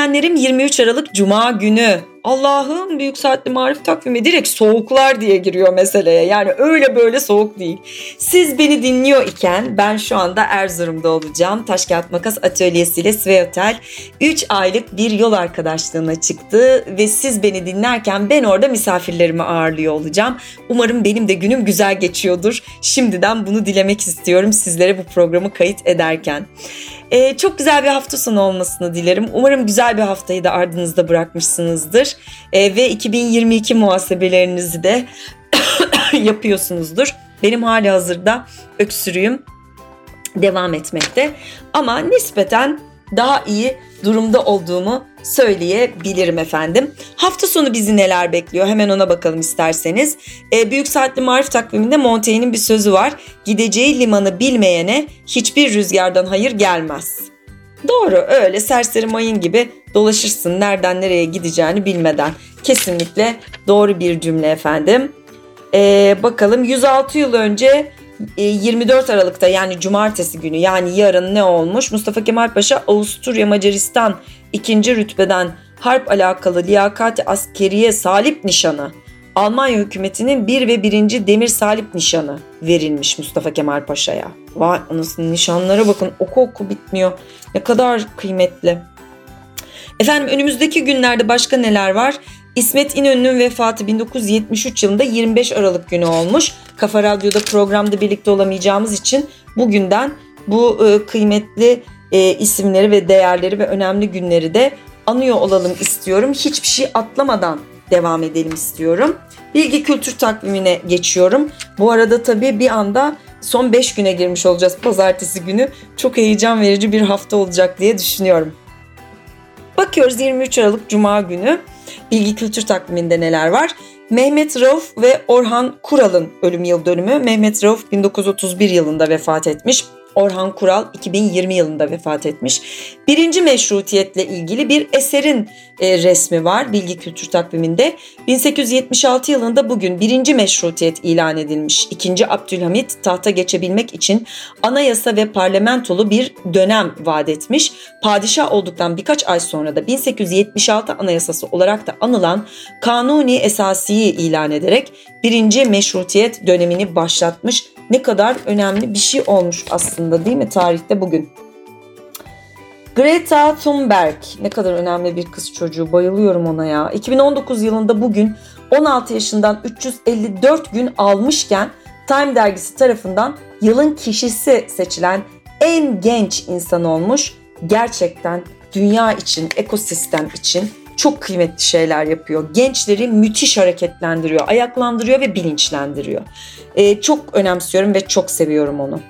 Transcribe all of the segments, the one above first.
dinleyenlerim, 23 Aralık Cuma günü. Allah'ım, Büyük Saatli Marif takvimi direkt soğuklar diye giriyor meseleye. Yani öyle böyle soğuk değil. Siz beni dinliyor iken ben şu anda Erzurum'da olacağım. Taş Kağıt Makas atölyesiyle Sveotel 3 aylık bir yol arkadaşlığına çıktı. Ve siz beni dinlerken ben orada misafirlerimi ağırlıyor olacağım. Umarım benim de günüm güzel geçiyordur. Şimdiden bunu dilemek istiyorum sizlere bu programı kayıt ederken. Çok güzel bir hafta sonu olmasını dilerim. Umarım güzel bir haftayı da ardınızda bırakmışsınızdır. Ve 2022 muhasebelerinizi de yapıyorsunuzdur. Benim hali hazırda öksürüğüm devam etmekte. Ama nispeten daha iyi durumda olduğumu söyleyebilirim efendim. Hafta sonu bizi neler bekliyor? Hemen ona bakalım isterseniz. Büyük Saatli Marif takviminde Montaigne'in bir sözü var. Gideceği limanı bilmeyene hiçbir rüzgardan hayır gelmez. Doğru, öyle serseri mayın gibi dolaşırsın nereden nereye gideceğini bilmeden. Kesinlikle doğru bir cümle efendim. Bakalım 106 yıl önce 24 Aralık'ta yani cumartesi günü, yani yarın ne olmuş? Mustafa Kemal Paşa Avusturya Macaristan 2. rütbeden harp alakalı liyakat-i askeriye salip nişanı, Almanya hükümetinin 1 ve 1. demir salip nişanı verilmiş Mustafa Kemal Paşa'ya. Vay anasını, nişanlara bakın, oku oku bitmiyor. Ne kadar kıymetli. Efendim, önümüzdeki günlerde başka neler var? İsmet İnönü'nün vefatı 1973 yılında 25 Aralık günü olmuş. Kafa Radyo'da programda birlikte olamayacağımız için bugünden bu kıymetli isimleri ve değerleri ve önemli günleri de anıyor olalım istiyorum. Hiçbir şey atlamadan devam edelim istiyorum. Bilgi kültür takvimine geçiyorum. Bu arada tabii bir anda son 5 güne girmiş olacağız pazartesi günü. Çok heyecan verici bir hafta olacak diye düşünüyorum. Bakıyoruz 23 Aralık Cuma günü Bilgi Kültür takviminde neler var? Mehmet Rauf ve Orhan Kural'ın ölüm yıl dönümü. Mehmet Rauf 1931 yılında vefat etmiş. Orhan Kural 2020 yılında vefat etmiş. Birinci meşrutiyetle ilgili bir eserin resmi var Bilgi Kültür takviminde. 1876 yılında bugün birinci meşrutiyet ilan edilmiş. İkinci Abdülhamit tahta geçebilmek için anayasa ve parlamentolu bir dönem vaat etmiş. Padişah olduktan birkaç ay sonra da 1876 anayasası olarak da anılan Kanuni Esasi'yi ilan ederek birinci meşrutiyet dönemini başlatmış. Ne kadar önemli bir şey olmuş aslında, değil mi tarihte bugün? Greta Thunberg ne kadar önemli bir kız çocuğu, bayılıyorum ona ya. 2019 yılında bugün 16 yaşından 354 gün almışken Time dergisi tarafından yılın kişisi seçilen en genç insan olmuş. Gerçekten dünya için, ekosistem için çok kıymetli şeyler yapıyor. Gençleri müthiş hareketlendiriyor, ayaklandırıyor ve bilinçlendiriyor. Çok önemsiyorum ve çok seviyorum onu.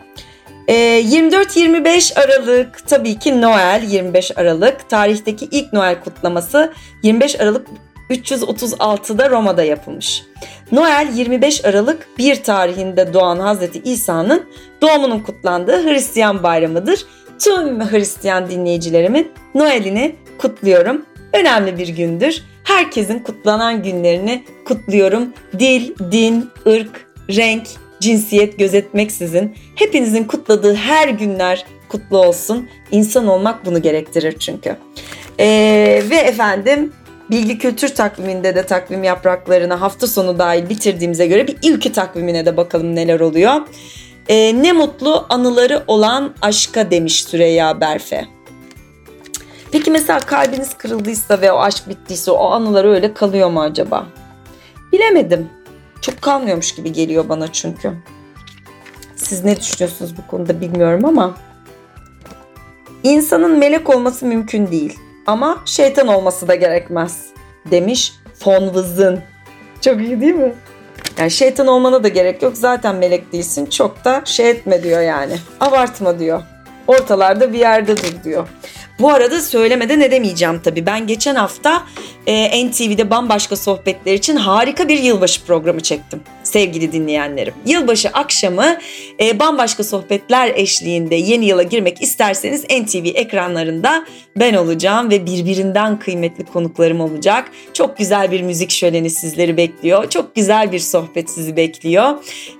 24-25 Aralık tabii ki Noel. 25 Aralık tarihteki ilk Noel kutlaması 25 Aralık 336'da Roma'da yapılmış. Noel 25 Aralık 1 tarihinde doğan Hazreti İsa'nın doğumunun kutlandığı Hristiyan bayramıdır. Tüm Hristiyan dinleyicilerimin Noel'ini kutluyorum. Önemli bir gündür. Herkesin kutlanan günlerini kutluyorum. Dil, din, ırk, renk, cinsiyet gözetmeksizin hepinizin kutladığı her günler kutlu olsun. İnsan olmak bunu gerektirir çünkü. Ve efendim Bilgi Kültür takviminde de takvim yapraklarını hafta sonu dahil bitirdiğimize göre bir ilki takvimine de bakalım neler oluyor. Ne mutlu anıları olan aşka demiş Süreyya Berfe. Peki mesela kalbiniz kırıldıysa ve o aşk bittiyse o anılar öyle kalıyor mu acaba? Bilemedim. Çok kalmıyormuş gibi geliyor bana çünkü. Siz ne düşünüyorsunuz bu konuda bilmiyorum ama. İnsanın melek olması mümkün değil. Ama şeytan olması da gerekmez. Demiş von Wizin. Çok iyi değil mi? Yani şeytan olmana da gerek yok. Zaten melek değilsin. Çok da şey etme diyor yani. Abartma diyor. Ortalarda bir yerde dur diyor. Bu arada söylemeden edemeyeceğim tabii. Ben geçen hafta NTV'de Bambaşka Sohbetler için harika bir yılbaşı programı çektim sevgili dinleyenlerim. Yılbaşı akşamı Bambaşka Sohbetler eşliğinde yeni yıla girmek isterseniz NTV ekranlarında ben olacağım ve birbirinden kıymetli konuklarım olacak. Çok güzel bir müzik şöleni sizleri bekliyor. Çok güzel bir sohbet sizi bekliyor.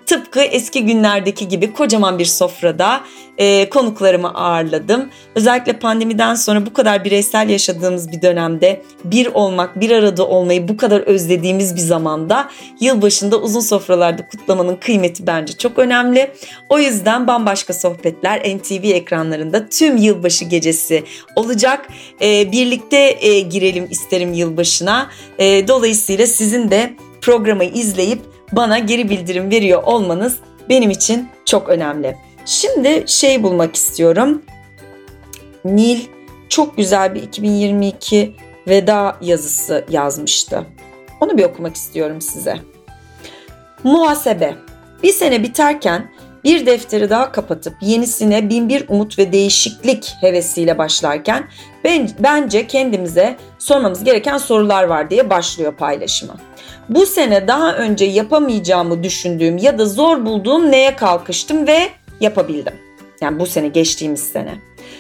tıpkı eski günlerdeki gibi kocaman bir sofrada konuklarımı ağırladım. Özellikle pandemiden sonra bu kadar bireysel yaşadığımız bir dönemde bir olmak, bir arada olmayı bu kadar özlediğimiz bir zamanda yılbaşında uzun sofralarda kutlamanın kıymeti bence çok önemli. O yüzden bambaşka sohbetler NTV ekranlarında tüm yılbaşı gecesi olacak. Birlikte girelim isterim yılbaşına. Dolayısıyla sizin de programı izleyip bana geri bildirim veriyor olmanız benim için çok önemli. Şimdi bulmak istiyorum. Nil çok güzel bir 2022 veda yazısı yazmıştı. Onu bir okumak istiyorum size. Muhasebe. Bir sene biterken bir defteri daha kapatıp yenisine binbir umut ve değişiklik hevesiyle başlarken bence kendimize sormamız gereken sorular var diye başlıyor paylaşıma. Bu sene daha önce yapamayacağımı düşündüğüm ya da zor bulduğum neye kalkıştım ve yapabildim? Yani bu sene, geçtiğimiz sene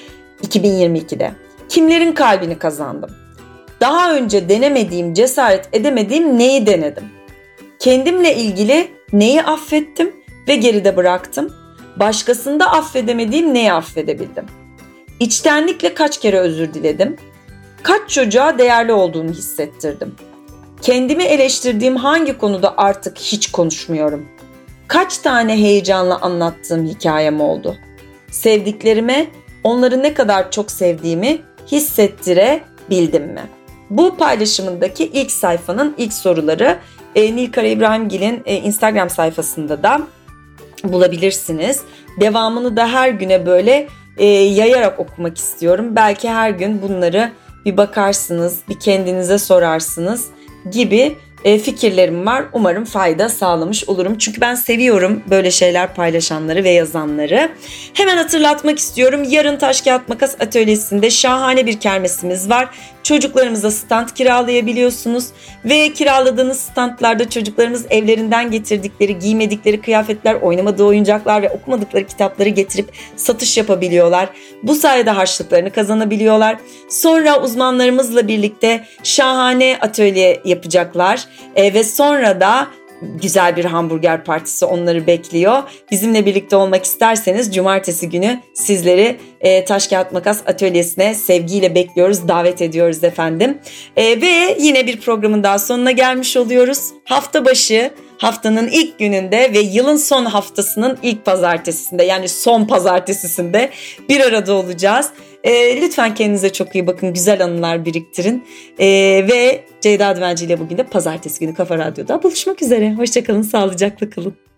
2022'de kimlerin kalbini kazandım? Daha önce denemediğim, cesaret edemediğim neyi denedim? Kendimle ilgili neyi affettim ve geride bıraktım? Başkasında affedemediğim neyi affedebildim? İçtenlikle kaç kere özür diledim? Kaç çocuğa değerli olduğumu hissettirdim? Kendimi eleştirdiğim hangi konuda artık hiç konuşmuyorum? Kaç tane heyecanla anlattığım hikayem oldu? Sevdiklerime onları ne kadar çok sevdiğimi hissettirebildim mi? Bu paylaşımındaki ilk sayfanın ilk soruları Nilkara İbrahimgil'in Instagram sayfasında da bulabilirsiniz. Devamını da her güne böyle yayarak okumak istiyorum. Belki her gün bunları bir bakarsınız, bir kendinize sorarsınız gibi fikirlerim var. Umarım fayda sağlamış olurum. Çünkü ben seviyorum böyle şeyler paylaşanları ve yazanları. Hemen hatırlatmak istiyorum. Yarın Taş Kağıt Makas Atölyesi'nde şahane bir kermesimiz var. Çocuklarımıza stand kiralayabiliyorsunuz ve kiraladığınız standlarda çocuklarımız evlerinden getirdikleri, giymedikleri kıyafetler, oynamadığı oyuncaklar ve okumadıkları kitapları getirip satış yapabiliyorlar. Bu sayede harçlıklarını kazanabiliyorlar. Sonra uzmanlarımızla birlikte şahane atölye yapacaklar ve sonra da güzel bir hamburger partisi onları bekliyor. Bizimle birlikte olmak isterseniz cumartesi günü sizleri Taş Kağıt Makas Atölyesi'ne sevgiyle bekliyoruz, davet ediyoruz efendim. Ve yine bir programın daha sonuna gelmiş oluyoruz. Hafta başı, haftanın ilk gününde ve yılın son haftasının ilk pazartesisinde, yani son pazartesisinde bir arada olacağız. Lütfen kendinize çok iyi bakın, güzel anılar biriktirin ve Ceyda Düvenci ile bugün de pazartesi günü Kafa Radyo'da buluşmak üzere. Hoşçakalın, sağlıcakla kalın.